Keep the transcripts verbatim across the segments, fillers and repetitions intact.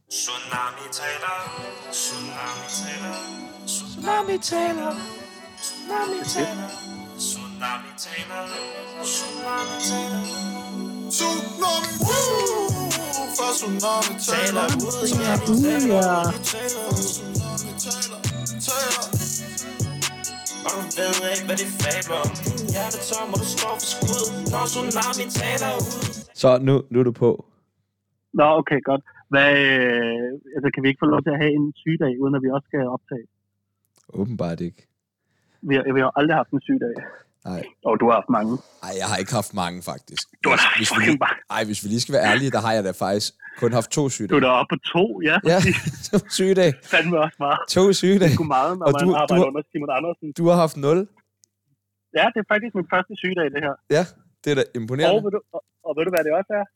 Tsunami taler, tsunami taler, Tsunami taler, tsunami taler, tsunami taler, tsunami taler. Tsunami, woo! For tsunami taler, tsunami taler. tsunami taler, taler. Og du ved ikke, hvad det fabler om. Din hjerte tom, og du står for skud, når tsunami taler ud. Så nu, nu er du på. Nå, okay, godt. Hvad, øh, altså, kan vi ikke få lov til at have en sygedag, uden at vi også skal optage? Åbenbart ikke. Vi har, vi har aldrig haft en sygedag. Nej. Og du har haft mange. Nej, jeg har ikke haft mange, faktisk. Du har hvis, haft vi lige, mange. ej, hvis vi lige skal være ærlige, der har jeg da faktisk kun haft to Du sygedage. er deroppe på to, ja. Ja, to sygedage. Fandme også meget. To sygedage. Det er sgu meget, når Og man du- arbejder du har- under Simon Andersen. Du har haft nul. Ja, det er faktisk min første sygedag, det her. Ja, det er da Og imponerende. ved, du, og, og ved du, hvad det også er?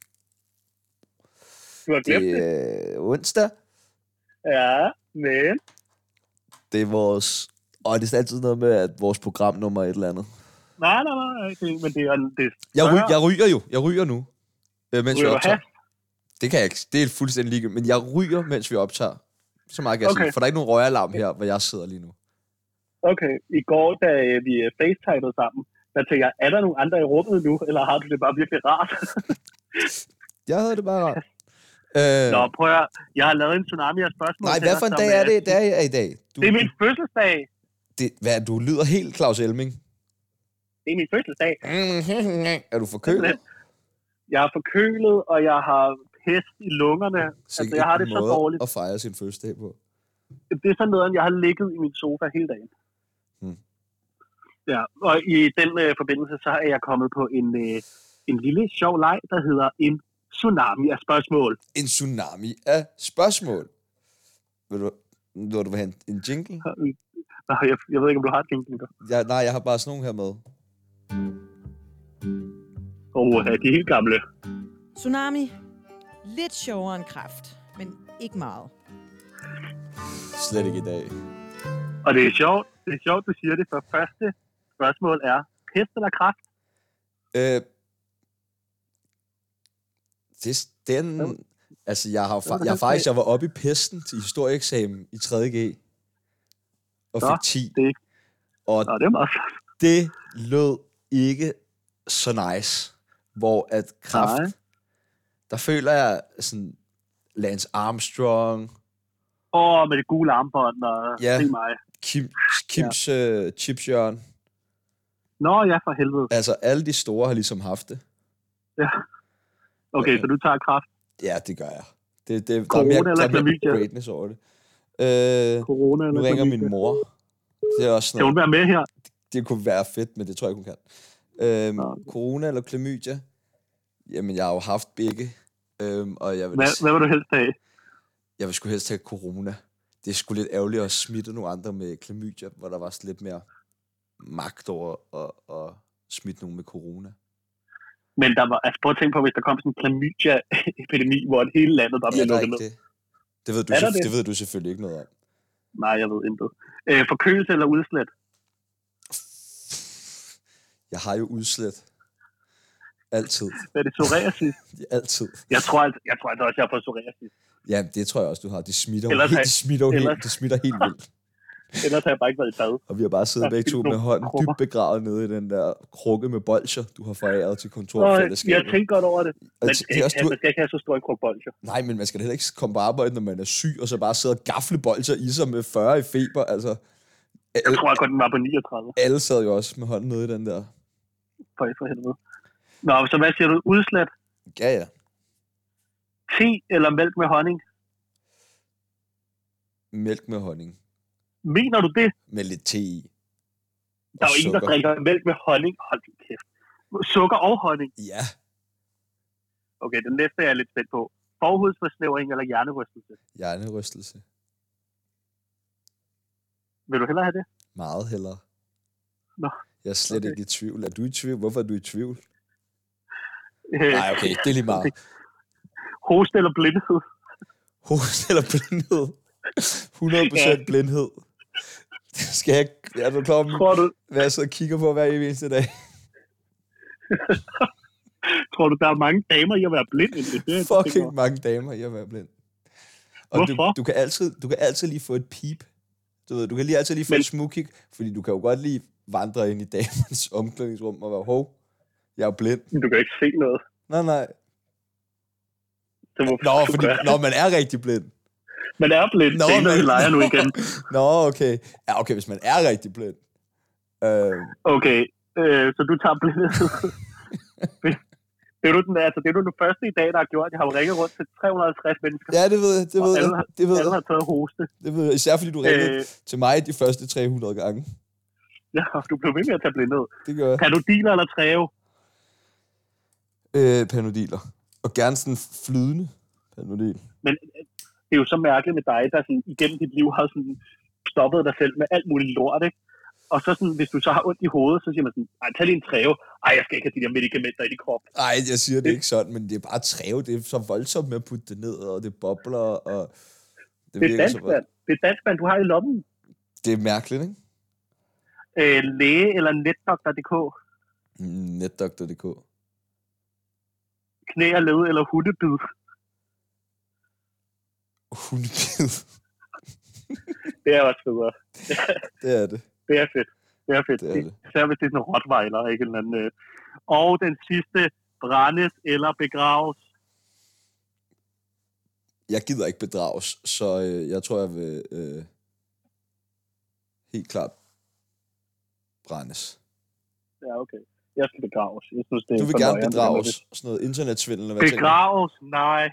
Du har glemt det. Det er onsdag. Ja, men... Det er vores... Og det er altid noget med, at vores programnummer er et eller andet. Nej, nej, nej. Det, men det er... Det er Jeg, ry, større. jeg ryger jo. Jeg ryger nu. Øh, mens vi Ryger du optager. hash? Det kan jeg ikke. Det er fuldstændig ligegyldigt. Men jeg ryger, mens vi optager. Så meget kan jeg Okay. sige. For der er ikke nogen røgalarm her, hvor jeg sidder lige nu. Okay, i går, da øh, vi øh, facetimede sammen, der tænkte jeg, er der nogen andre i rummet nu, eller har du det bare virkelig rart? Jeg havde det bare rart. Øh, Nå, prøv at, jeg har lavet en tsunami af spørgsmål. nej, til hvad dig, for en som, dag er øh, det, det er i dag? Du, Det er min fødselsdag. det, hvad, du lyder helt Claus Elming. Det er min fødselsdag. Er du forkølet? Jeg er forkølet, og jeg har pest i lungerne. Altså, jeg har det så dårligt. at fejre sin fødselsdag på. Det er sådan noget, jeg har ligget i min sofa hele dagen. Hmm. Ja, og i den øh, forbindelse, så er jeg kommet på en, øh, en lille sjov leg, der hedder en tsunami af spørgsmål. En tsunami af spørgsmål. Vil du, vil du have en, en jingle? Nå, Jeg, jeg ved ikke, om du har et jingle. Ja, nej, jeg har bare sådan nogle her med. Åh, oh, de er helt gamle. Tsunami. Lidt sjovere end kræft, men ikke meget. Slet ikke i dag. Og det er sjovt, det er sjovt, du siger det, for første spørgsmål er, pest eller kræft? Øh, det, den, altså, jeg har, fa- jeg har faktisk, jeg var oppe i pesten til historieeksamen i tredje G. Og Nå, fik ti. det er ikke- Og Nå, det er meget flot. det lød ikke så nice. Hvor at kraft, Nej. der føler jeg sådan Lance Armstrong, Åh, oh, med det gule armbånd og Ja. se mig. Kim, Kims ja. uh, Chipsjørn. Nå, ja, for helvede. Altså, alle de store har ligesom haft det. Ja. Okay, Okay. så du tager kræft. Ja, det gør jeg. Det, det, der er Corona mere, eller der er mere klamydia? greatness over det. Øh, Corona nu eller ringer klamydia? min mor. Det er også Skal hun noget, være med her? det kunne være fedt, men det tror jeg ikke, hun kan. Øhm, Nå. corona eller klamydia? Jamen, jeg har jo haft begge. Øhm, og jeg vil, Hvad, hvad vil du helst have? jeg vil sgu helst have corona. Det er sgu lidt ærgerligt at smitte nogle andre med klamydia, hvor der var sådan lidt mere magt over at, at smitte nogen med corona. Men der var, altså prøv at tænke på, hvis der kom sådan en klamydia-epidemi, hvor hele landet bare Er bliver der lukket ikke ned. det? Det ved, du, Er der selvf- det? det ved du selvfølgelig ikke noget om. Nej, jeg ved intet. Øh, forkølelse eller udslæt? Jeg har jo udslæt. Altid. Hvad er det, psoriasis? Altid. Jeg tror, altså, jeg tror altså også, jeg har fået psoriasis. Ja, det tror jeg også, du har. Det smitter jo Ellers helt, har- det smitter jo helt, ellers- det smitter helt vildt. Ellers har jeg bare ikke været i bad. Og vi har bare siddet Der er begge to fyldt med nogle hånden krummer. dybt begravet nede i den der krukke med bolcher, du har foræret til Og kontorfællesskabet. jeg tænkte godt over det. Og Men det- det er også, man du- skal ikke have så stor en krog bolcher. Nej, men man skal da heller ikke komme på arbejde, når man er syg, og så bare sidde og gafle bolcher i sig med fyrre i feber. Altså, Jeg alle, tror, jeg godt, den var på niogtredive. alle sad jo også med hånden nede i den der. For, for helvede. Nå, så hvad siger du? Udslæt? Ja, ja. Te eller mælk med honning? Mælk med honning. Mener du det? Med lidt te i. Der er Og jo ingen, der sukker. drikker mælk med honning. Hold din kæft. Sukker og honning. Ja. Okay, den næste er jeg lidt spændt på. Forhudsforsnævring eller hjernerystelse? Hjernerystelse. Vil du hellere have det? Meget hellere. Nå, Jeg er slet okay. ikke i tvivl. Er du i tvivl? Hvorfor er du i tvivl? Øh, Nej, okay. Det er lige meget. Hoste eller blindhed? Host eller blindhed? hundrede procent Ja. blindhed. Skal jeg... Er du klar over, Tror du, hvad jeg sidder og kigger på hver eneste dag? tror du, der er mange damer i at være blind? end det? Det er det, jeg tænker Fucking over. mange damer i at være blind. Og du, Hvorfor? du, kan altid, du kan altid lige få et pip. Du ved, du kan lige altid lige få Men- et smugkig, fordi du kan jo godt lige vandre ind i damens omklædningsrum og være, hov, jeg er jo blind. Du kan ikke se noget. Nej, nej. Så hvorfor Nå, skulle du fordi, gøre det? når man er rigtig blind. Man er blind. Nå, det er noget, men- vi leger nu igen. Nå, okay. Ja, okay, hvis man er rigtig blind. Øh, Okay, øh, så du tager billedet. det, er du den, altså, det er du den første i dag, der har gjort. Jeg har jo ringet rundt til tre hundrede og halvtreds mennesker. ja, det ved jeg, det og ved alle, jeg. har- Det ved alle jeg. har taget hoste. Det ved jeg. Især fordi du ringede Øh, til mig de første tre hundrede gange. ja, du blev ved med at tage blindet. Det gør jeg. Panodiler eller træve? Øh, panodiler. Og gerne sådan flydende panodil. Men øh, det er jo så mærkeligt med dig, der sådan, igennem dit liv har sådan stoppet dig selv med alt muligt lort, ikke? Og så sådan, hvis du så har ondt i hovedet, så siger man sådan, ej, tag lige en træve. Ej, jeg skal ikke have de der medicamenter i din krop. Nej, jeg siger det ikke sådan, men det er bare træve. Det er så voldsomt med at putte det ned, og det bobler, og det, Det er virker så danskvand. Det er danskvand, du har i lommen. Det er mærkeligt, ikke? Øh, læge eller netdoktor punktum d k. Mm, netdoktor punktum d k. Knæ og led eller hundebid. Hundebid. Det er også federe. Det er det. Det er fedt. Det er fedt. Det er det. Især hvis det er sådan en rottweiler, ikke en eller anden. øh. Og den sidste, brændes eller begraves. Jeg gider ikke bedrages, så øh, jeg tror, jeg vil øh, helt klart brændes. Ja, okay. Jeg skal begraves. Jeg synes, det er Du vil for gerne nøjeren, det bedrages. der med Sådan noget internetsvindel. Hvad det. tænker du? Begraves? Nej.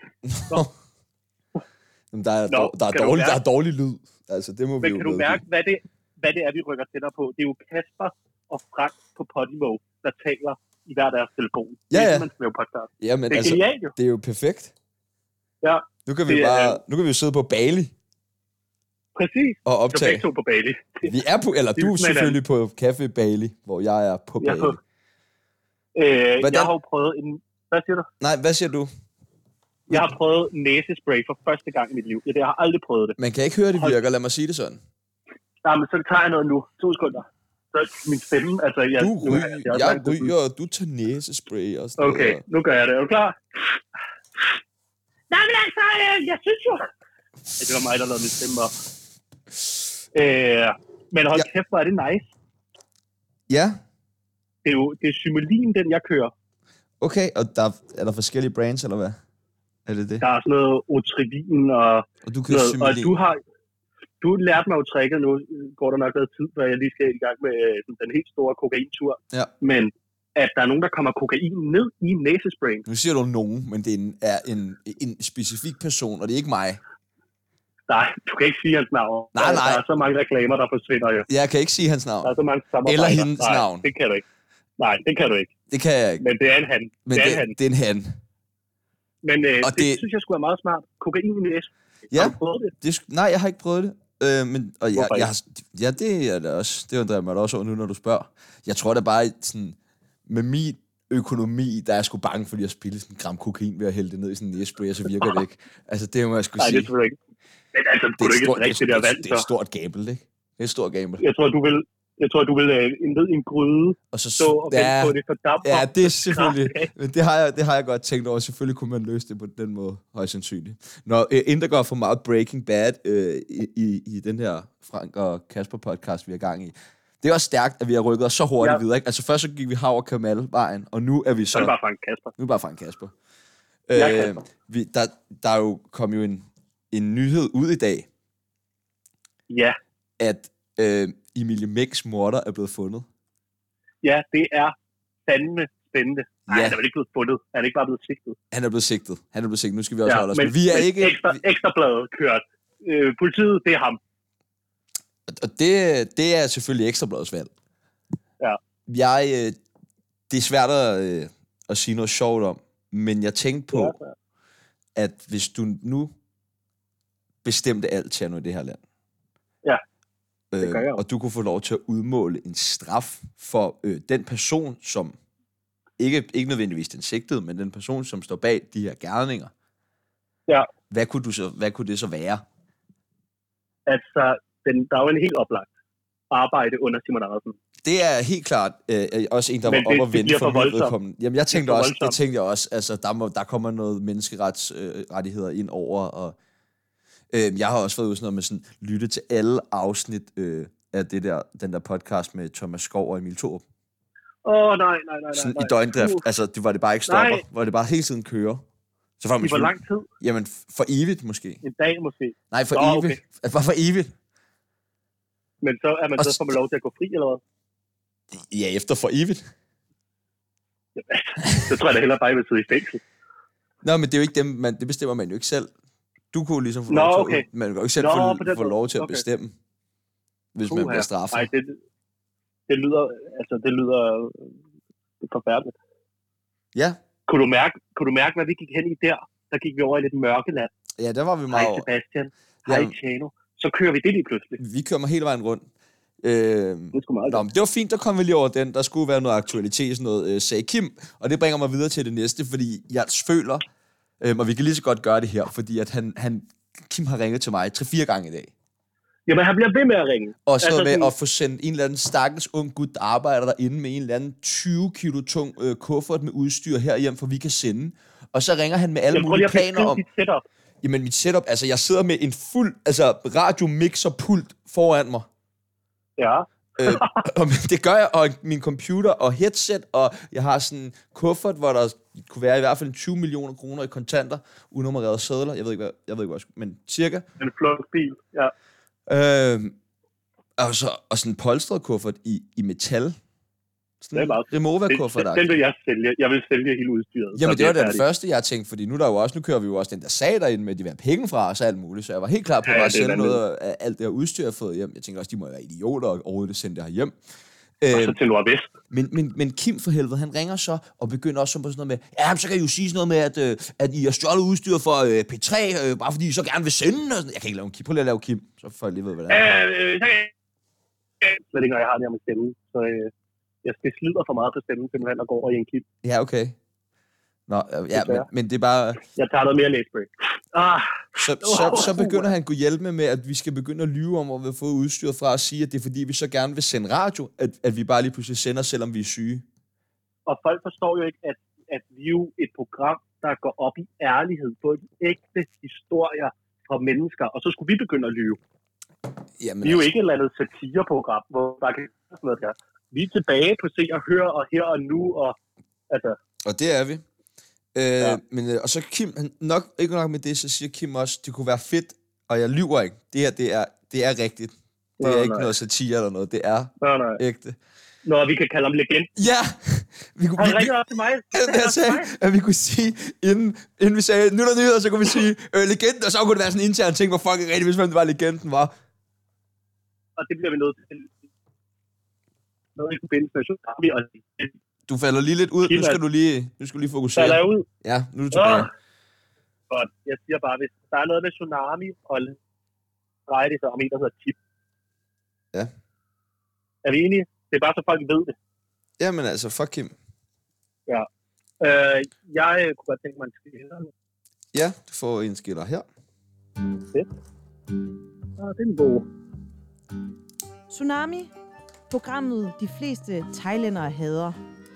Jamen, der er, Nå, dår, der, er kan du dårlig, der mærke- er dårlig lyd. Altså, det må vi Men jo kan du medgive. mærke, hvad det, hvad det er, vi rykker tættere på? Det er jo Kasper og Frank på Podimo, der taler i hver deres telefon. Ja, Det er ja. det, man laver podcast. Jamen, Det er altså, genialt jo. det er jo perfekt. Ja, Nu kan vi det er- bare, nu kan vi jo sidde på Bali præcis. og Så optage. begge to på Bali. Vi er på, eller Det du er er sådan, selvfølgelig på Café Bali, hvor jeg er på Jeg, Bali. på, øh, Hvordan- jeg har jo prøvet en... Hvad siger du? Nej, hvad siger du? Jeg har prøvet næsespray for første gang i mit liv. Jeg har aldrig prøvet det. Man kan ikke høre, det Hold- virker. Lad mig sige det sådan. Nej, men så tager jeg noget nu. To sekunder. Så min stemme, altså... Jeg, Du nu er ryger, jeg, jeg, er jeg langt ude. ryger, og du tager næsespray og sådan Okay, noget. nu gør jeg det. Er du klar? Nej, men altså, øh, jeg synes jo... Ja, det var mig, der lavede min stemme op. Øh, men hold Ja. kæft, hvor er det nice. Ja, Det er jo det er Symolin, den jeg kører. okay. Og der er der forskellige brands, eller hvad? Er det det? Der er sådan noget Otrivin og Og du kører noget. Og Symolin. du har... Du lærte mig jo tricket nu. Går der nok noget tid, før jeg lige skal i gang med øh, sådan, den helt store kokaintur. Ja. Men at der er nogen, der kommer kokain ned i næsesprayen. Nu siger du nogen, men det er en, er en, en specifik person, og det er ikke mig. Nej, du kan ikke sige hans navn. Nej, Der- nej. Der er så mange reklamer, der forsvinder jo. Jeg kan ikke sige hans navn. Der er så mange samarbejder. Eller hendes Nej, navn. det kan du ikke. Nej, det kan du ikke. Det kan jeg ikke. Men det er en han. Men det er det, en han. det er en han. Men øh, Og det, det- det synes jeg skulle være meget smart. Kokain i næsen. Ja, Har du prøvet det? det, er sgu- nej, jeg har ikke prøvet det. Øh, men, og jeg, Hvorfor jeg har, ja, det er det også. Det undrer mig da også over nu, når du spørger. Jeg tror da bare, sådan, med min økonomi, der er jeg sgu bange, fordi jeg spiller sådan en gram kokain ved at hælde det ned i sådan en næsespray, og så virker det ikke. Altså, det må jeg sgu Nej, det sige. er selvfølgelig ikke. Men altså, Det kunne er du et ikke stort, drikke det det, der er- vand, det er et så? stort gamble, ikke? Det er et stort gamble. Jeg tror, du vil, jeg tror, du vil øh, ned i en gryde, Og så, stå og vente ja, på det fordamper. ja, det er selvfølgelig, Okay. men det har, jeg, det har jeg godt tænkt over. Selvfølgelig kunne man løse det på den måde, højst sandsynligt. Når øh, inden der går for meget Breaking Bad øh, i, i, i den her Frank og Kasper podcast, vi er gang i, det er også stærkt, at vi har rykket os så hurtigt Ja. videre. Ikke? Altså først så gik vi Hav og Kamal-vejen, og nu er vi så... Så er det bare Frank Kasper. Nu er det bare Frank Kasper. Jeg er Øh, Kasper. vi, der, der er jo kom jo en, en nyhed ud i dag, Ja, at øh, Emilie Meks morder er blevet fundet. ja, det er fandme spændende. Nej, Ja. han er vel ikke blevet fundet. Han er ikke bare blevet sigtet. Han er blevet sigtet. Han er blevet sigtet. Nu skal vi også holde os. men, Men vi er men ikke... Ekstra, vi- ekstrabladet kørt. Øh, politiet, det er ham. Og det, det er selvfølgelig Ekstrabladets valg. Ja. Jeg, øh, det er svært at, øh, at sige noget sjovt om, men jeg tænkte på, Ja, ja. at hvis du nu bestemte alt til i det her land, Ja, det gør jeg øh, jo. og du kunne få lov til at udmåle en straf for øh, den person, som ikke, ikke nødvendigvis den sigtede, men den person, som står bag de her gerninger, Ja. hvad kunne, du så, hvad kunne det så være? Altså, den, der er jo en helt oplagt arbejde under Simon Andersen. Det er helt klart øh, også en, der Men var det- op og det vente bliver for for mit voldsomt. vedkommende. Jamen, jeg tænkte for også, det voldsomt. tænkte jeg også, altså, der, må, der kommer noget menneskeretsrettigheder øh, ind over, og Øh, jeg har også fået ud sådan noget med sådan, lytte til alle afsnit øh, af det der, den der podcast med Thomas Skov og Emil Thorup. Åh, oh, nej, nej, nej, Sådan nej. i døgndrift. Uh. Altså, det var det bare ikke stopper. Nej. Hvor det bare hele tiden kører. Så får man I hvor sådan- lang tid? Jamen, for evigt måske. En dag måske. Nej, for Nå, evigt. Altså, bare for evigt. Men så er man Og så s- får man lov til at gå fri, eller hvad? Ja, efter for evigt. Så tror jeg da hellere bare, at jeg vil sidde i fængsel. Nå, men det er jo ikke dem, man, det bestemmer man jo ikke selv. Du kunne ligesom få Nå, lov til okay. at, man kan jo ikke selv Nå, få, på den få lov til at måde. Okay. bestemme, hvis Puha. man bliver straffet. Nej, det, det lyder, altså, det lyder øh, forfærdeligt. Ja, Kunne du mærke, kunne du mærke, hvad vi gik hen i der? Der gik vi over i lidt mørkeland. ja, der var vi Hej meget over. Sebastian. Hej Jamen. Tjano. Så kører vi det lige pludselig. Vi kører mig hele vejen rundt. Øh, Det skulle meget Nå, men det var fint, der kom vi lige over den. Der skulle være noget aktualitet, sådan noget, øh, sagde Kim. Og det bringer mig videre til det næste, fordi jeg føler, øh, og vi kan lige så godt gøre det her, fordi at han, han, Kim har ringet til mig tre-fire gange i dag. Jamen, han bliver ved med at ringe. Og så Altså, med sådan- at få sendt en eller anden stakkels ung gut, der arbejder derinde med en eller anden tyve kilo tung øh, kuffert med udstyr herhjem, for vi kan sende. Og så ringer han med alle Jeg prøver mulige lige at planer beskrive om... dit setup. Jamen mit setup, altså jeg sidder med en fuld altså radiomixerpult foran mig. Ja. øh, og det gør jeg, og min computer og headset, og jeg har sådan en kuffert, hvor der kunne være i hvert fald tyve millioner kroner i kontanter, unummererede sedler, jeg ved ikke, hvad, jeg ved ikke, hvad jeg skulle, men cirka. En flot bil. Ja. Øh, og, så, og sådan en polstret kuffert i, i metal. Sådan Det er meget- en Remova-kuffert. Den, den vil jeg sælge. Jeg vil sælge hele udstyret. Jamen, så det var bliver den jeg første, jeg tænkte, fordi nu, der jo også, nu kører vi jo også den der sag derinde med, de vil have penge fra os og alt muligt, så jeg var helt klar på Ja, at bare det er sælge vanvittigt. noget af alt det her udstyr, jeg har fået hjem. Jeg tænkte også, de må være idioter og overhovedet sende det her hjem. færdig. Og Øh, så til Nordvest. men, men, men Kim for helvede, han ringer så og begynder også på sådan noget med, ja, så kan I jo sige sådan noget med, at, øh, at I har stjålet udstyr for øh, P tre, øh, bare fordi I så gerne vil sende. Og sådan. Jeg kan ikke lave en Kim. Prøv lige at lave Kim, så får jeg lige ved, hvad det er. Øh, øh, så kan jeg slet ikke, når jeg har det her med stemmen. Så øh, jeg skal slider for meget på stemmen, simpelthen, og går over i en kip. Ja, okay. Nå, øh, ja, men, Desværre. men det er bare... Jeg tager noget mere læse break. Ah, Så, så, så begynder han at kunne hjælpe med, med, at vi skal begynde at lyve om, hvor vi har fået udstyret fra, at sige, at det er fordi, vi så gerne vil sende radio, at, at vi bare lige pludselig sender, selvom vi er syge. og folk forstår jo ikke, at, at vi er jo et program, der går op i ærlighed på de ægte historier fra mennesker, og så skulle vi begynde at lyve. Jamen, Vi er jo ikke et eller andet satireprogram, hvor der kan sådan noget der. Vi er tilbage på se og høre, og her og nu, og altså, Og det er vi. Øh, Ja. men, øh, og så Kim, han, nok, ikke nok med det, så siger Kim også, det kunne være fedt, og jeg lyver ikke. Det her, det er, det er rigtigt. Det er Nå, ikke nej. noget satire eller noget, det er nej, nej. ægte. Når vi kan kalde ham legend. Ja! Vi kunne, Han vi, vi, ringer op til mig. jeg sagde, at vi kunne sige, inden, inden vi sagde, nu er der nyheder, så kunne vi sige, øh, legenden, og så kunne det være sådan en intern ting, hvor folk ikke rigtig vidste, hvem det var, legenden var. Og det bliver vi nødt til. Noget i forbindelse med Tsunami, og Du falder lige lidt ud, nu Kim er- skal du lige, nu skal du lige fokusere. falder jeg ud. Ja, nu er du tilbage. Åh. Godt. Jeg siger bare, hvis der er noget med Tsunami, og drejer det sig om en, der hedder Tip. Ja. Er vi enige? Det er bare så folk ved det. Jamen altså, fuck Kim. Øh, jeg kunne godt tænke mig en skiller. Ja, du får en skiller her. Ah, det er en god. Tsunami. Programmet, de fleste thailændere hader.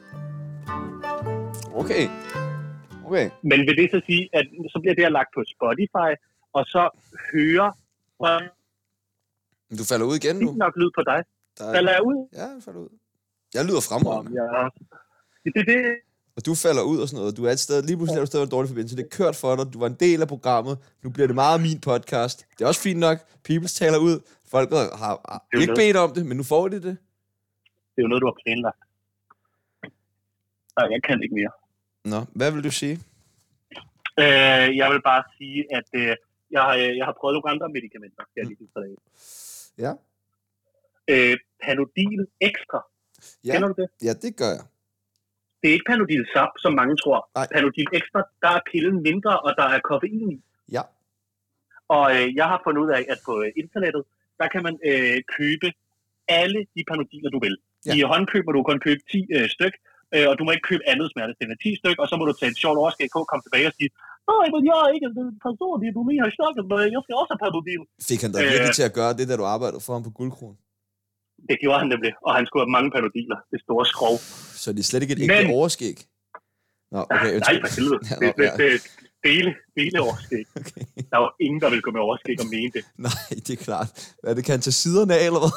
Okay. Okay. Men vil det så sige, at så bliver det her lagt på Spotify, og så hører og Men du falder ud igen nu. fint nok lyd på dig. Der Falder er, jeg ud? ja, du falder ud. Jeg lyder fremragende. Ja. Det er det. Og du falder ud og sådan noget. Du er et sted, lige pludselig er du stadig en dårlig forbindelse. Det er kørt for dig. Du var en del af programmet. Nu bliver det meget min podcast. Det er også fint nok. Peoples taler ud. Folk har, har jo ikke noget. bedt om det, men nu får de det. Det er jo noget, du har planlagt. Nej, jeg kan ikke mere. Nå, hvad vil du sige? Øh, jeg vil bare sige, at øh, jeg, har, øh, jeg har prøvet nogle andre medicamenter. Skal jeg lige sige af. Ja. Øh, Panodil Extra. Ja, Kender du det? ja det gør jeg. Det er ikke Panodil Sap, som mange tror. Nej. Panodil Extra, der er pillen mindre, og der er koffein i. Ja. Og øh, jeg har fundet ud af, at på øh, internettet, der kan man øh, købe alle de panodiler, du vil. Ja. I håndkøb må du kun købe ti øh, styk, øh, og du må ikke købe andet smertestillende ti styk, og så må du tage et sjovt overskæg på, komme tilbage og sige, nej, men jeg er ikke en person, du lige har snakket med, jeg skal også have panodil. Fik han dig Øh. virkelig til at gøre det, da du arbejdede for ham på Guldkron? Det gjorde han nemlig, og han skulle have mange panodiler, det store skrov. Så det er slet ikke et ægte Men- overskæg? Nå, okay. Nej, for helvede. Ja, Det, nå, det, ja. det, Dele, dele overskæg. Okay. Der var ingen, der ville gå med overskæg og mene det. Nej, det er klart. Hvad det kan tage siderne af, eller hvad?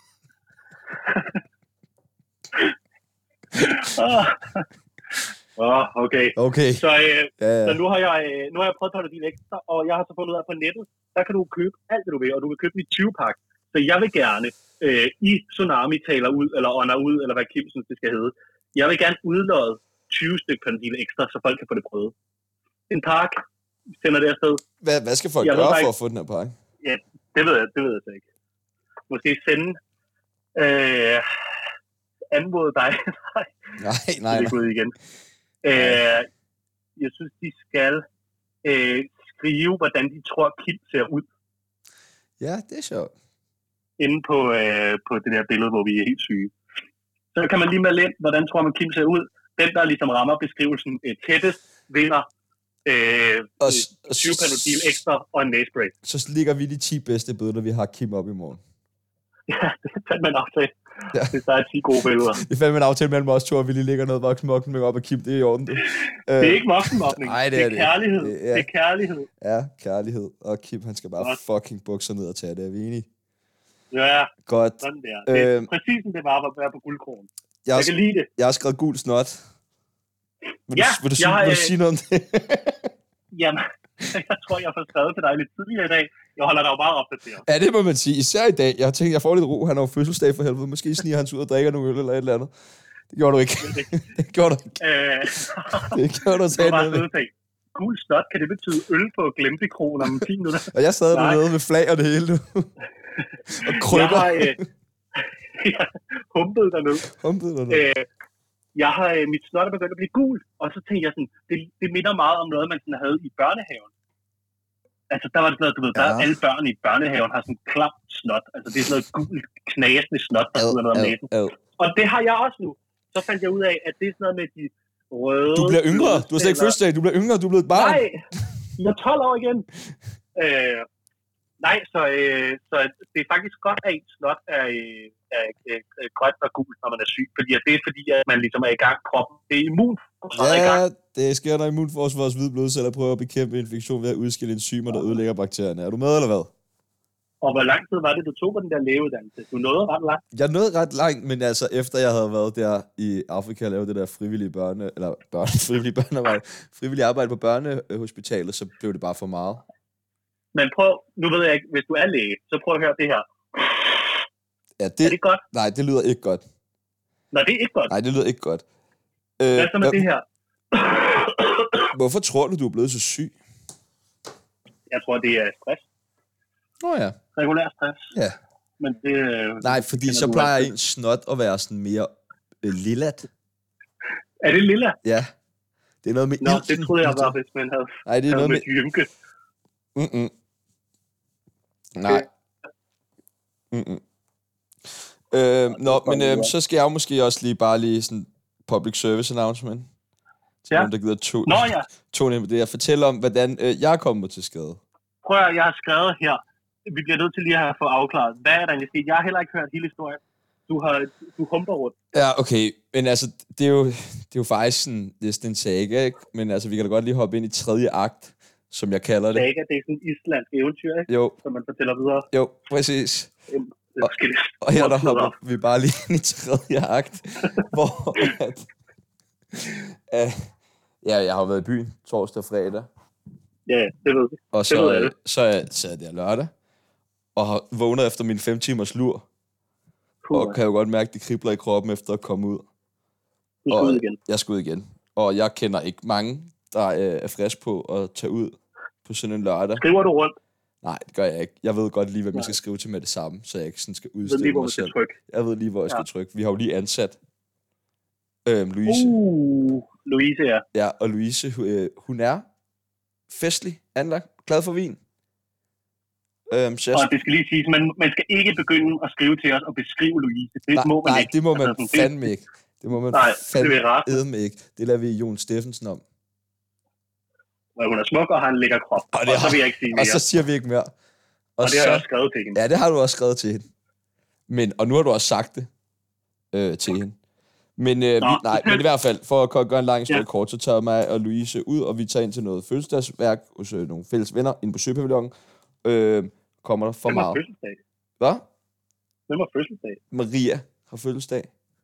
Åh, oh, okay. Okay. Så, øh, Ja, ja. så nu, har jeg, øh, nu har jeg prøvet at holde dine ekstra, og jeg har så fundet ud af på nettet, der kan du købe alt, det du vil, og du kan købe en tyve-pakke. Så jeg vil gerne, øh, i Tsunami taler ud, eller ånder ud, eller hvad Kim synes, det skal hedde, jeg vil gerne udlåde tyve stykker Panodil ekstra, så folk kan få det prøvet. En pakke, sender det afsted. Hvad, hvad skal folk Jeg ved gøre bare for ikke- at få den her pakke? Ja, det ved jeg, det ved jeg så ikke. Måske sende, øh, anmode dig, Nej, nej, det nej. er ud igen. Øh, jeg synes, de skal øh, skrive, hvordan de tror, Kim ser ud, Ja, det er sjovt. inde på, øh, på det der billede, hvor vi er helt syge. Så kan man lige melde ind, hvordan tror man, Kim ser ud. Den, der ligesom rammer beskrivelsen øh, tættest, vinder øh, Og, s- og tyve Panodil ekstra og en næsespray. så ligger vi de ti bedste billeder, vi har Kim op i morgen. Ja, det fandt man aftale. Ja. Ja. Hvis der er ti gode billeder. Det er fandme en aftale mellem os to, at vi lige lægger noget voksenmokning op af Kim. Det er i orden, det. Det er ikke voksenmobning. Nej, det det er er det. kærlighed. Det- Det, ja. det er kærlighed. Ja, kærlighed. Og Kim, han skal bare Godt. fucking bukser ned og tage det. Er vi enige? Ja, Godt. sådan der. Det er Øhm. præcis som det var at være på guldkronen. Jeg har, Jeg kan lide det. jeg har skrevet gul snot. Vil du, Ja, vil du, jeg sige, har, vil du øh, sige noget om det? Jamen, jeg tror, jeg har skrevet til dig lidt tidligere i dag. Jeg holder dig jo meget opdateret. Ja, det må man sige. Især i dag. Jeg tænkte, jeg får lidt ro. Han har jo fødselsdag for helvede. Måske sniger han sig ud og drikker nogle øl eller et eller andet. Det gjorde du ikke. det gjorde du ikke. Øh, Det gjorde du det var sagde bare noget. sådan ting. Gul slot, kan det betyde øl på Glemtekronen om ti minutter? Og jeg sad Nej. dernede med flag og det hele nu. og Jeg krykker. har øh, jeg humpet dernede. Humpede dig ned. Øh, jeg har, øh, mit snot er begyndt at blive gul, og så tænkte jeg sådan, det, det minder meget om noget, man sådan havde i børnehaven. Altså, der var det sådan noget, du ved, der Ja. ja. alle børn i børnehaven har sådan en klam snot. Altså, det er sådan noget gul, knasende snot, der Ad, sidder noget om ad, næsen. ad. Og det har jeg også nu. Så fandt jeg ud af, at det er sådan noget med de røde... Du bliver yngre. Du har slet ikke fødselsdag. Du bliver yngre. Du er blevet et barn. Nej, jeg er tolv år igen. Øh, nej, så, øh, så det er faktisk godt, at en snot er, øh, er øh, grønt og gult, når man er syg. Fordi at det er fordi, at man ligesom er i gang kroppen. Det er immunforsvaret er i gang. Ja, det sker, når immunforsvarets hvide blodceller prøver at bekæmpe infektion ved at udskille enzymer, der ødelægger bakterierne. Er du med, eller hvad? Og hvor lang tid var det, du tog på den der lægeuddannelse? Du nåede ret langt. Jeg nåede ret langt, men altså efter jeg havde været der i Afrika og lavet det der frivillige børne, eller børne, frivillige børnearbejde, frivillige arbejde på børnehospitalet, så blev det bare for meget. Men prøv, nu ved jeg ikke, hvis du er læge, så prøv at høre det her. Ja, Er det, det godt? nej, det lyder ikke godt. Nå, det er ikke godt. Nej, det lyder ikke godt. Øh, Hvad så med hvad- det her? Hvorfor tror du, du er blevet så syg? Jeg tror, det er stress. Nå ja. Regulær stress. Ja. Men det... øh, Nej, fordi kender så du plejer altid. en snot at være sådan mere øh, lillat. Er det lilla? Ja. Det er noget med Nå, ilten. det troede jeg var, hvis man havde, Nej, det er havde noget med med... jynke. Mm-mm. Nej. Mm-mm. Øh, nå, men øh, så skal jeg jo måske også lige bare lige sådan public service announcement. Til Ja. nogen, der gider to, Nå ja, tone ind på det. Jeg fortæller om, hvordan øh, jeg er kommet til skade. prøv at, jeg har skrevet her. Vi bliver nødt til lige at få afklaret. Hvad er der egentlig sket? Jeg har heller ikke hørt hele historien. Du har du humper rundt. Ja, okay. Men altså, det er jo, det er jo faktisk sådan, næsten en saga, ikke? Men altså, vi kan da godt lige hoppe ind i tredje akt, som jeg kalder det. Saga, det er sådan et islandsk eventyr, ikke? Jo, Som man fortæller videre. jo, præcis. Det er måske lidt Og her der stort hopper op. vi bare lige ind i tredje akt, hvor at, uh, ja, jeg har været i byen torsdag og fredag, Ja, det ved vi. og ved så, alle. så er- sad jeg lørdag, og har vågnet efter min fem timers lur, Puh, og kan jo godt mærke, at det kribler i kroppen efter at komme ud. du skal og ud igen. Jeg skal ud igen. Og jeg kender ikke mange, der øh, er frisk på at tage ud på sådan en lørdag. Skriver du rundt? Nej, det gør jeg ikke. Jeg ved godt lige, hvad man Nej. skal skrive til med det samme, så jeg ikke sådan skal Du ved udstille lige, hvor mig man skal selv. trykke. Jeg ved lige, hvor jeg skal Ja. trykke. Vi har jo lige ansat øhm, Louise. Uh, Louise, ja. Ja, og Louise, hun, øh, hun er festlig, anlagt, glad for vin. Øhm, så jeg, Og det skal lige siges, man, man skal ikke begynde at skrive til os og beskrive Louise. Det nej, må man nej, ikke. det må man Altså, sådan, det- fandme ikke. Det må man Nej, det vil jeg rette. fandme ikke. Det lader vi Jon Steffensen om. Og hun er smuk og har en lækker krop. Og Og, det og så har- vil jeg ikke sige mere. Og så siger vi ikke mere. Og, og det har så, jeg også skrevet til hende. Ja, det har du også skrevet til hende. Men, og nu har du også sagt det øh, til hende. Men, øh, Nå, vi, nej, men i hvert fald, for at gøre en lang historie Ja. kort, så tager mig og Louise ud, og vi tager ind til noget fødselsdagsværk hos øh, nogle fælles venner inde på Søpavillonen. Øh, kommer der for Hvem har meget. fødselsdag? Hvad? Hvem har fødselsdag? Maria har fødselsdag.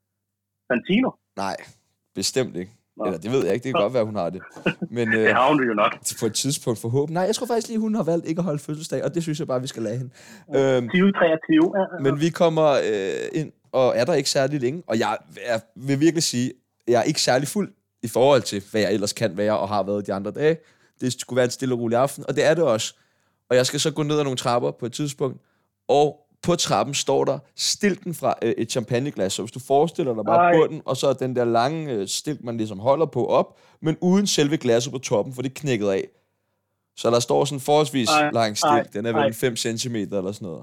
Santino? Nej, bestemt ikke. Nå. Eller det ved jeg ikke, det kan godt være, hun har det. Men Det øh, har hun jo nok. på et tidspunkt forhåbentlig. Nej, jeg tror faktisk lige, hun har valgt ikke at holde fødselsdag, og det synes jeg bare, vi skal lade hende. Øhm, tyve treogtyve. Ja, ja. men vi kommer øh, ind, og er der ikke særlig længe, og jeg, jeg vil virkelig sige, jeg er ikke særlig fuld i forhold til, hvad jeg ellers kan være og har været de andre dage. Det skulle være en stille og rolig aften, og det er det også. Og jeg skal så gå ned ad nogle trapper på et tidspunkt, og på trappen står der stilken fra øh, et champagneglas. Så hvis du forestiller dig bare Ej. bunden, og så den der lange øh, stilk, man ligesom holder på op, men uden selve glasset på toppen, for det er knækket af. Så der står sådan en forholdsvis Ej, lang ej, stilk. Den er ej. vel fem centimeter eller sådan noget.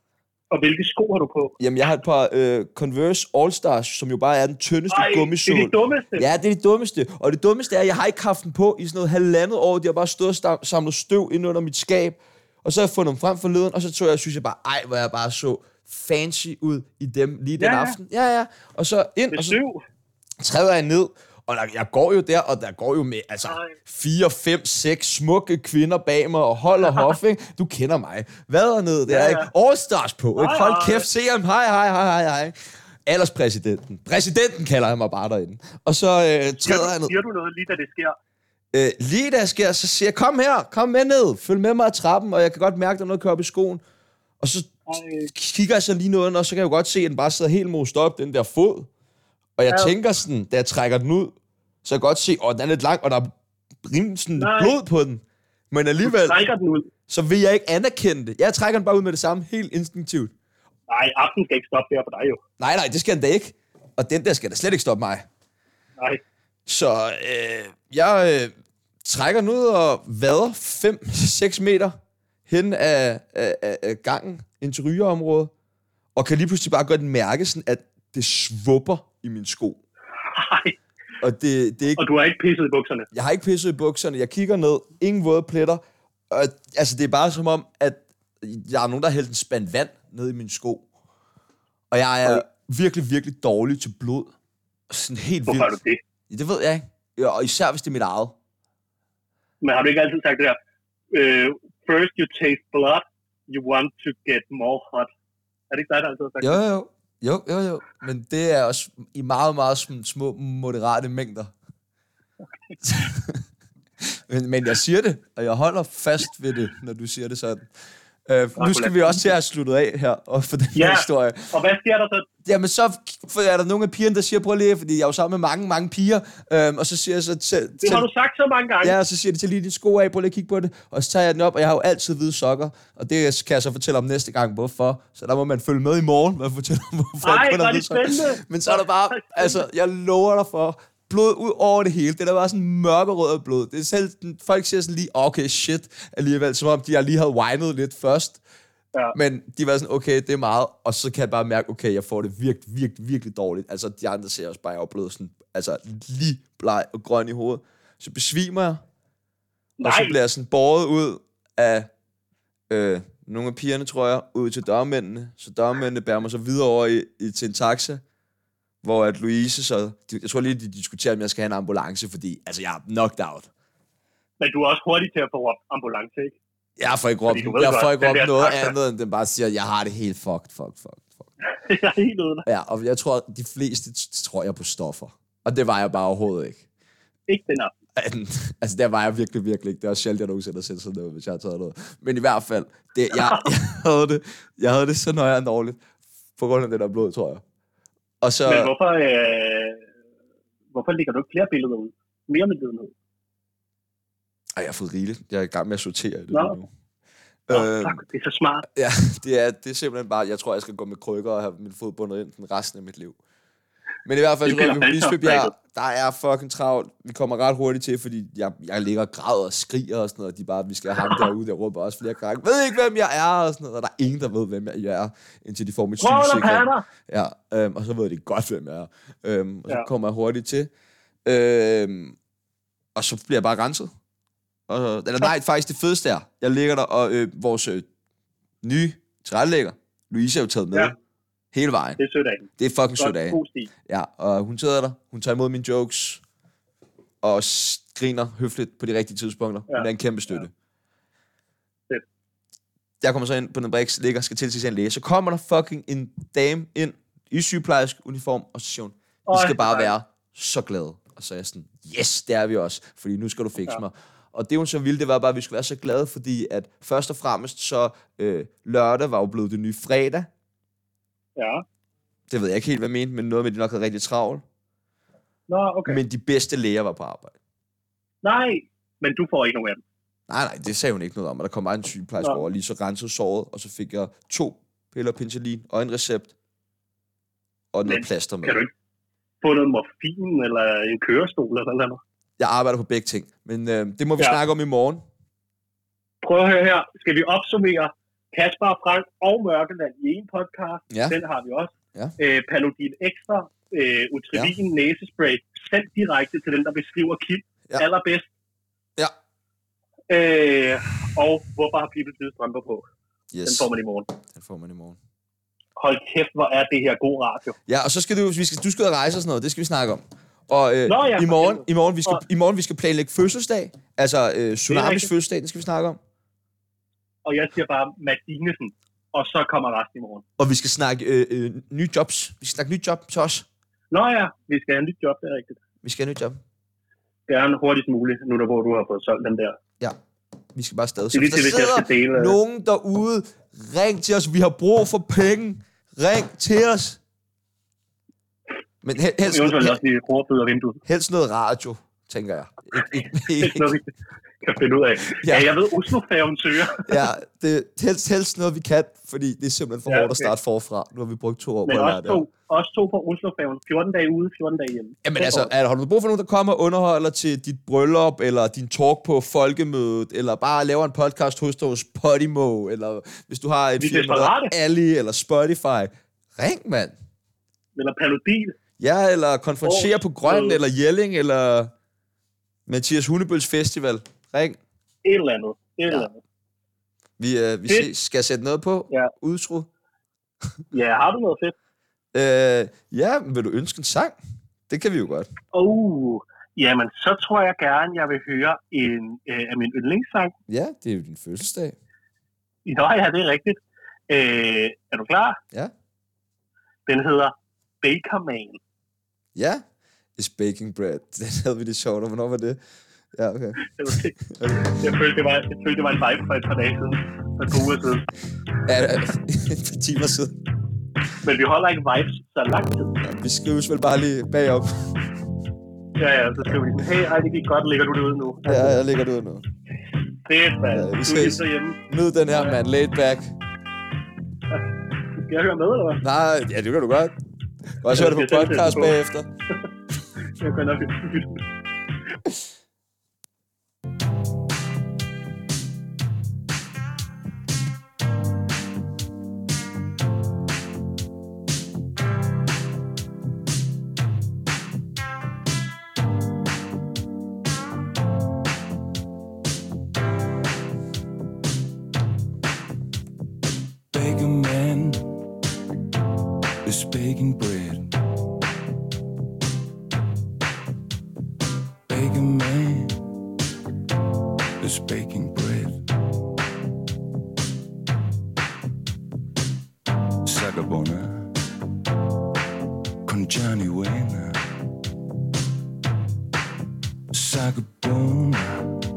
Og hvilke sko har du på? Jamen, jeg har et par øh, Converse All-Stars, som jo bare er den tyndeste Ej, det er gummisål. det dummeste. Ja, det er det dummeste. Og det dummeste er, at jeg har ikke haft den på i sådan noget halvandet år. De har bare stået og sta- samlet støv ind under mit skab. Og så har jeg fundet dem frem forleden, og så tror jeg, synes jeg bare, ej, hvor jeg bare så fancy ud i dem lige den Ja, ja. aften. Ja, ja. Og så ind, Med og så syv. træder jeg ned, og der, jeg går jo der, og der går jo med altså Ej. fire, fem, seks smukke kvinder bag mig, og holder hof, ikke? Du kender mig. Vader ned der, Ja, ja. ikke? All Stars på, ikke? Hej, Hold hej. kæft, se ham. Hej, hej, hej, hej, hej. Alderspræsidenten. Præsidenten kalder han mig bare derinde. Og så øh, Siger træder jeg du, ned. siger du noget lige da det sker? Øh, lige da jeg sker, så siger jeg, kom her, kom med ned, følg med mig ad trappen, og jeg kan godt mærke, der er noget kører op i skoen. Og så Ej. kigger jeg så lige noget, og så kan jeg jo godt se, at den bare sidder helt most op, den der fod. Og jeg Ja. tænker sådan, da jeg trækker den ud, så kan jeg godt se, at den er lidt lang, og der er rimelig sådan Nej. blod på den. Men alligevel, Trækker den ud. så vil jeg ikke anerkende det. Jeg trækker den bare ud med det samme, helt instinktivt. Nej, aften skal ikke stoppe der for dig jo. Nej, nej, det skal den da ikke. Og den der skal da slet ikke stoppe mig. Nej. Så øh, jeg øh, trækker den ud og vader fem seks meter hen af, af, af, af gangen ind til rygerområdet, og kan lige pludselig bare godt mærke, sådan, at det svupper i mine sko. Nej. Og det, det er ikke, Og du har ikke pisset i bukserne. jeg har ikke pisset i bukserne, jeg kigger ned, ingen våde pletter. Og, altså, det er bare som om, at der er nogen, der har hældt en spand vand ned i mine sko. Og jeg er virkelig, virkelig dårlig til blod. Sådan helt Hvorfor er du vildt. det? Ja, det ved jeg ikke. Ja, og især hvis det er mit eget. Men har du ikke altid sagt det der? Uh, first you taste blood, you want to get more hot. Er det ikke dig, der altid har sagt Jo, det? jo. Jo, jo, jo. Men det er også i meget, meget sm- små, moderate mængder. men, men jeg siger det, og jeg holder fast ved det, når du siger det sådan. Uh, nu skal vi også til at have sluttet af her, og for den Ja. her historie. Og hvad sker der så? Jamen så f- er der nogle af pigerne, der siger, prøv lige, fordi jeg er jo sammen med mange, mange piger, øhm, og så siger jeg så til, Det har du sagt så mange gange. ja, og så siger de til lige dine sko af, prøv lige at kigge på det, og så tager jeg den op, og jeg har jo altid hvide sokker, og det kan jeg så fortælle om næste gang, hvorfor, så der må man følge med i morgen, og fortælle om, hvorfor Ej, jeg kun hvor har er hvide det sokker. spændende. Men så er der bare, altså, jeg lover dig for, blod ud over det hele. Det der var sådan mørkerød blod. Det er selv, folk siger sådan lige, okay, shit, alligevel, som om de har lige havde winet lidt først. Ja. Men de var sådan, okay, det er meget, og så kan jeg bare mærke, okay, jeg får det virkelig, virkelig, virkelig dårligt. Altså, de andre ser også bare, jeg er blevet sådan, altså, lige bleg og grøn i hovedet. Så besvimer jeg, Nej. og så bliver jeg sådan båret ud af øh, nogle af pigerne, tror jeg, ud til dørmændene. Så dørmændene bærer mig så videre over i, i, til en taxa, hvor at Louise så, jeg tror lige, de diskuterer, om jeg skal have en ambulance, fordi, altså, jeg er knocked out. Men du er også hurtig til at få op ambulance, ikke? Jeg får ikke råbt, Fordi du ved jeg godt, får ikke den råbt der noget taxa. andet, end den bare siger, jeg har det helt fucked, fuck, fuck, fuck. Jeg er helt ude der. Ja, og jeg tror, de fleste t- tror jeg på stoffer. Og det var jeg bare overhovedet ikke. Ikke den aften. Altså, der var jeg virkelig, virkelig ikke. Det var sjældent, jeg nogensinde har set sådan noget, hvis jeg har taget noget. Men i hvert fald, det, jeg, jeg, havde det, jeg havde det så nøje og dårligt, på grund af det der blod, tror jeg. Og så... Men hvorfor, øh, hvorfor ligger du ikke flere billeder ud? Mere med lidenhed. Ej, jeg har fået rigeligt. Jeg er i gang med at sortere i det Nå. lige nu. Nå, Øh, tak, det er så smart. ja, det er, det er simpelthen bare, jeg tror, jeg skal gå med krykker og have min fod bundet ind den resten af mit liv. Men i hvert fald, Det så går vi bliver på Bispebjerg. fantastisk. Der er fucking travlt. Vi kommer ret hurtigt til, fordi jeg, jeg ligger og græder og skriger og sådan noget. De bare, vi skal have ham derude, der råber også flere gange. Ved ikke, hvem jeg er og sådan noget. Og der er ingen, der ved, hvem jeg er, indtil de får mit Prøv at sygesikring. pander! Ja, øhm, og så ved de godt, hvem jeg er. Øhm, og så Ja. kommer jeg hurtigt til. Øhm, og så bliver jeg bare renset. Og, eller nej, faktisk det fedeste er, jeg ligger der, og øh, vores øh, nye tilrettelægger, Louise, er jo taget med Ja. Hele vejen. Det er sødt af hende. Det er fucking sødt Godt, af. god stil. Ja, og hun sidder der. Hun tager imod mine jokes. Og griner høfligt på de rigtige tidspunkter. Ja. Hun er en kæmpe støtte. Ja. Jeg kommer så ind på den briks, ligger og skal til til en læge. Så kommer der fucking en dame ind i sygeplejersk uniform, og så siger hun, vi skal bare være så glade. Og så er jeg sådan, yes, det er vi også, fordi nu skal du fikse ja. mig. Og det hun så ville, det var bare, at vi skulle være så glade, fordi at først og fremmest så øh, lørdag var jo blevet det nye fredag. Ja. Det ved jeg ikke helt, hvad jeg mente, men noget med, at de nok havde rigtig travlt. Nå, okay. Men de bedste læger var på arbejde. Nej, men du får ikke nogen af dem. Nej, nej, det sagde hun ikke noget om. Og der kom bare en sygeplejerske over, lige så rensede såret, og så fik jeg to piller penicillin og en recept. Og noget plaster med. Kan du ikke få noget morfin eller en kørestol eller noget? Jeg arbejder på begge ting, men øh, det må vi ja. snakke om i morgen. Prøv at høre her. Skal vi opsummere Kasper, Frank og Mørkeland i en podcast? Ja. Den har vi også. Ja. Øh, Paludin Extra, øh, Utrivin, ja. Næsespray, sendt direkte til den, der beskriver Kim ja. allerbedst. Ja. Øh, og hvorfor har People hvide strømper på? Yes. Den får man i morgen. Den får man i morgen. Hold kæft, hvor er det her god radio. Ja, og så skal du, vi skal, du skal ud og rejse og sådan noget, det skal vi snakke om. Og øh, Nå, ja, i morgen, i morgen, vi skal, og, i morgen, vi skal planlægge fødselsdag. Altså øh, Tsunamis fødselsdag, det skal vi snakke om. Og jeg siger bare Mads Dinesen, og så kommer resten i morgen. Og vi skal snakke øh, øh, nye jobs. Vi skal snakke nye job til os. Nå ja, vi skal have en nyt job, det er rigtigt. Vi skal have et nyt job. Gerne hurtigst muligt, nu der hvor du har fået solgt den der. Ja, vi skal bare stadig. Det er lige til, hvis jeg skal dele. Nogen derude, ring til os. Vi har brug for penge. Ring til os. Men hel- helst, helst, også lige råbøder vinduet. helst noget radio, tænker jeg. Ik- ik- helst noget, vi kan finde ud af. Ja, ja jeg ved, Oslo-færgen søger. Ja, det er helst, helst noget, vi kan, fordi det er simpelthen for ja, hårdt okay. at starte forfra. Nu har vi brugt to år Men på at lære det. Men også to på Oslo-færgen. fjorten dage ude, fjorten dage hjemme. Jamen altså, er, har du brug for nogen, der kommer og underholder til dit bryllup, eller din talk på folkemødet, eller bare laver en podcast hos dig hos Podimo, eller hvis du har et vi firma, der Ali, eller Spotify. Ring, mand. Eller Paludin. Ja, eller konferencere oh, på Grøn, øh. eller Jelling, eller Mathias Hundebøls Festival. Ring. Et eller andet. Et ja. eller andet. Vi, øh, vi ses. Skal jeg sætte noget på? Ja. Udtro? Ja, har du noget fedt? Øh, ja, vil du ønske en sang? Det kan vi jo godt. Oh, jamen, så tror jeg gerne, jeg vil høre en øh, af min yndlingssang. Ja, det er jo din fødselsdag. Nå ja, det er rigtigt. Øh, er du klar? Ja. Den hedder Baker Man. Ja, It's Baking Bread. Den havde vi det sjovt, og hvornår var det? Ja, okay. okay. Jeg følte, det var, jeg følte, det var en vibe for et par dage siden. For et par uger siden. Ja, et par timer siden. Men vi holder ikke vibes så lang tid. Ja, vi skrives vel bare lige bagom. Ja, ja, så skriver vi sådan, hey, ej, det gik godt, ligger du det ude nu? Ja, jeg ligger det ude nu. Fedt, mand. Ja, vi du ses. Hjemme. Nyd den her, mand. Laid back. Skal jeg høre med, eller hvad? Nej, ja, det kan du godt. Du kan også høre det på podcast bagefter. Jeg kan nok lytte. Baker man is baking bread. Baker man is baking bread. Sagabona con Johnny Wayne. Sagabona